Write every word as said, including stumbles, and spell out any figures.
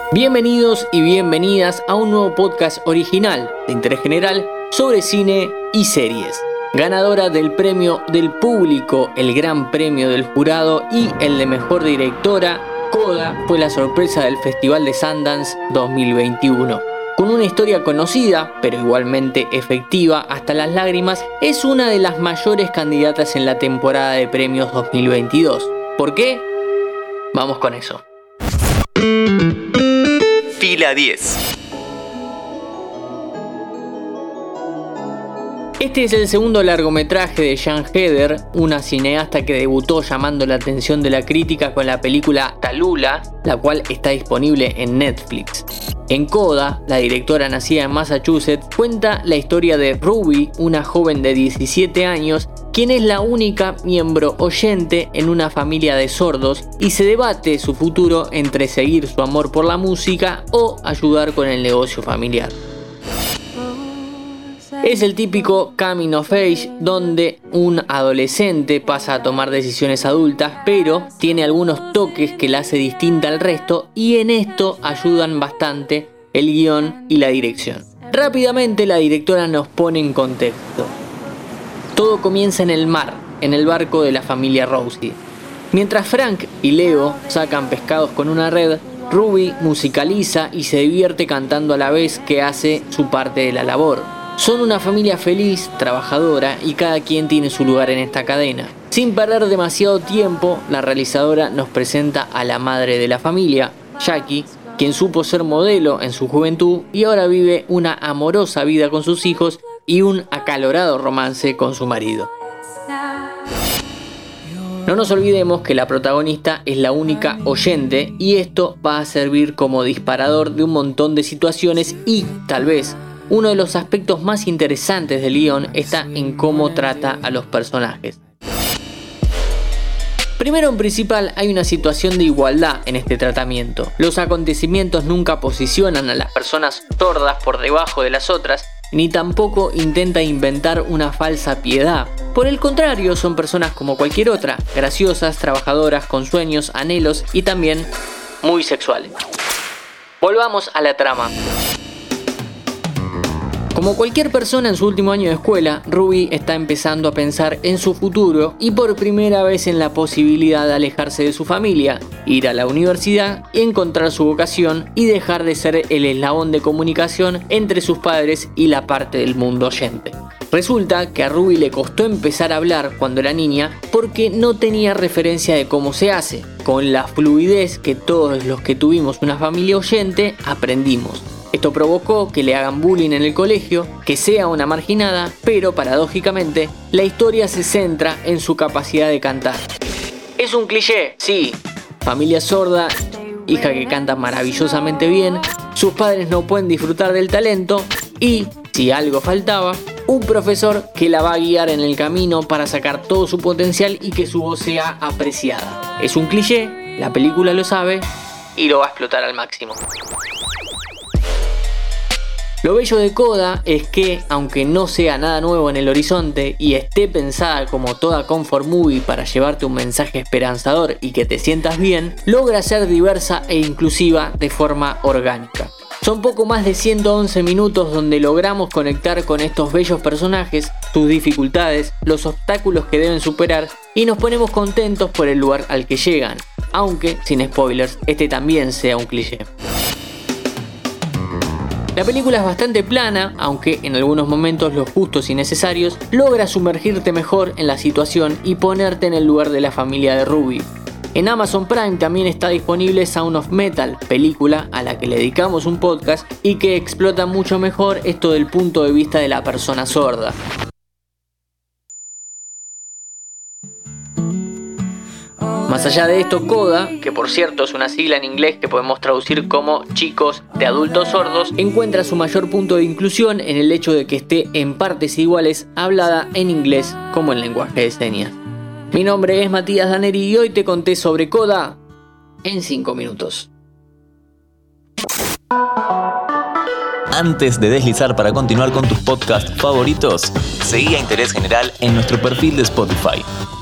Bienvenidos y bienvenidas a un nuevo podcast original de interés general sobre cine y series. Ganadora del premio del público, el gran premio del jurado y el de mejor directora, Coda fue la sorpresa del Festival de Sundance dos mil veintiuno. Con una historia conocida, pero igualmente efectiva hasta las lágrimas, es una de las mayores candidatas en la temporada de premios dos mil veintidós. ¿Por qué? Vamos con eso. Fila diez. Este es el segundo largometraje de Jean Heder, una cineasta que debutó llamando la atención de la crítica con la película Tallulah, la cual está disponible en Netflix. En Coda, la directora nacida en Massachusetts cuenta la historia de Ruby, una joven de diecisiete años, quien es la única miembro oyente en una familia de sordos y se debate su futuro entre seguir su amor por la música o ayudar con el negocio familiar. Es el típico coming of age donde un adolescente pasa a tomar decisiones adultas, pero tiene algunos toques que la hace distinta al resto y en esto ayudan bastante el guión y la dirección. Rápidamente la directora nos pone en contexto. Todo comienza en el mar, en el barco de la familia Rosie. Mientras Frank y Leo sacan pescados con una red, Ruby musicaliza y se divierte cantando a la vez que hace su parte de la labor. Son una familia feliz, trabajadora y cada quien tiene su lugar en esta cadena. Sin perder demasiado tiempo, la realizadora nos presenta a la madre de la familia, Jackie, quien supo ser modelo en su juventud y ahora vive una amorosa vida con sus hijos y un acalorado romance con su marido. No nos olvidemos que la protagonista es la única oyente y esto va a servir como disparador de un montón de situaciones y, tal vez, uno de los aspectos más interesantes del guión está en cómo trata a los personajes. Primero en principal hay una situación de igualdad en este tratamiento. Los acontecimientos nunca posicionan a las personas sordas por debajo de las otras, ni tampoco intenta inventar una falsa piedad. Por el contrario, son personas como cualquier otra, graciosas, trabajadoras, con sueños, anhelos y también muy sexuales. Volvamos a la trama. Como cualquier persona en su último año de escuela, Ruby está empezando a pensar en su futuro y por primera vez en la posibilidad de alejarse de su familia, ir a la universidad, encontrar su vocación y dejar de ser el eslabón de comunicación entre sus padres y la parte del mundo oyente. Resulta que a Ruby le costó empezar a hablar cuando era niña porque no tenía referencia de cómo se hace, con la fluidez que todos los que tuvimos una familia oyente aprendimos. Esto provocó que le hagan bullying en el colegio, que sea una marginada, pero paradójicamente, la historia se centra en su capacidad de cantar. Es un cliché, sí. Familia sorda, hija que canta maravillosamente bien, sus padres no pueden disfrutar del talento y, si algo faltaba, un profesor que la va a guiar en el camino para sacar todo su potencial y que su voz sea apreciada. Es un cliché, la película lo sabe y lo va a explotar al máximo. Lo bello de Coda es que, aunque no sea nada nuevo en el horizonte y esté pensada como toda comfort movie para llevarte un mensaje esperanzador y que te sientas bien, logra ser diversa e inclusiva de forma orgánica. Son poco más de ciento once minutos donde logramos conectar con estos bellos personajes, sus dificultades, los obstáculos que deben superar y nos ponemos contentos por el lugar al que llegan, aunque, sin spoilers, este también sea un cliché. La película es bastante plana, aunque en algunos momentos los justos y necesarios, logra sumergirte mejor en la situación y ponerte en el lugar de la familia de Ruby. En Amazon Prime también está disponible Sound of Metal, película a la que le dedicamos un podcast y que explota mucho mejor esto del punto de vista de la persona sorda. Más allá de esto, Coda, que por cierto es una sigla en inglés que podemos traducir como chicos de adultos sordos, encuentra su mayor punto de inclusión en el hecho de que esté en partes iguales hablada en inglés como en lenguaje de señas. Mi nombre es Matías Daneri y hoy te conté sobre Coda en cinco minutos. Antes de deslizar para continuar con tus podcasts favoritos, seguí a Interés General en nuestro perfil de Spotify.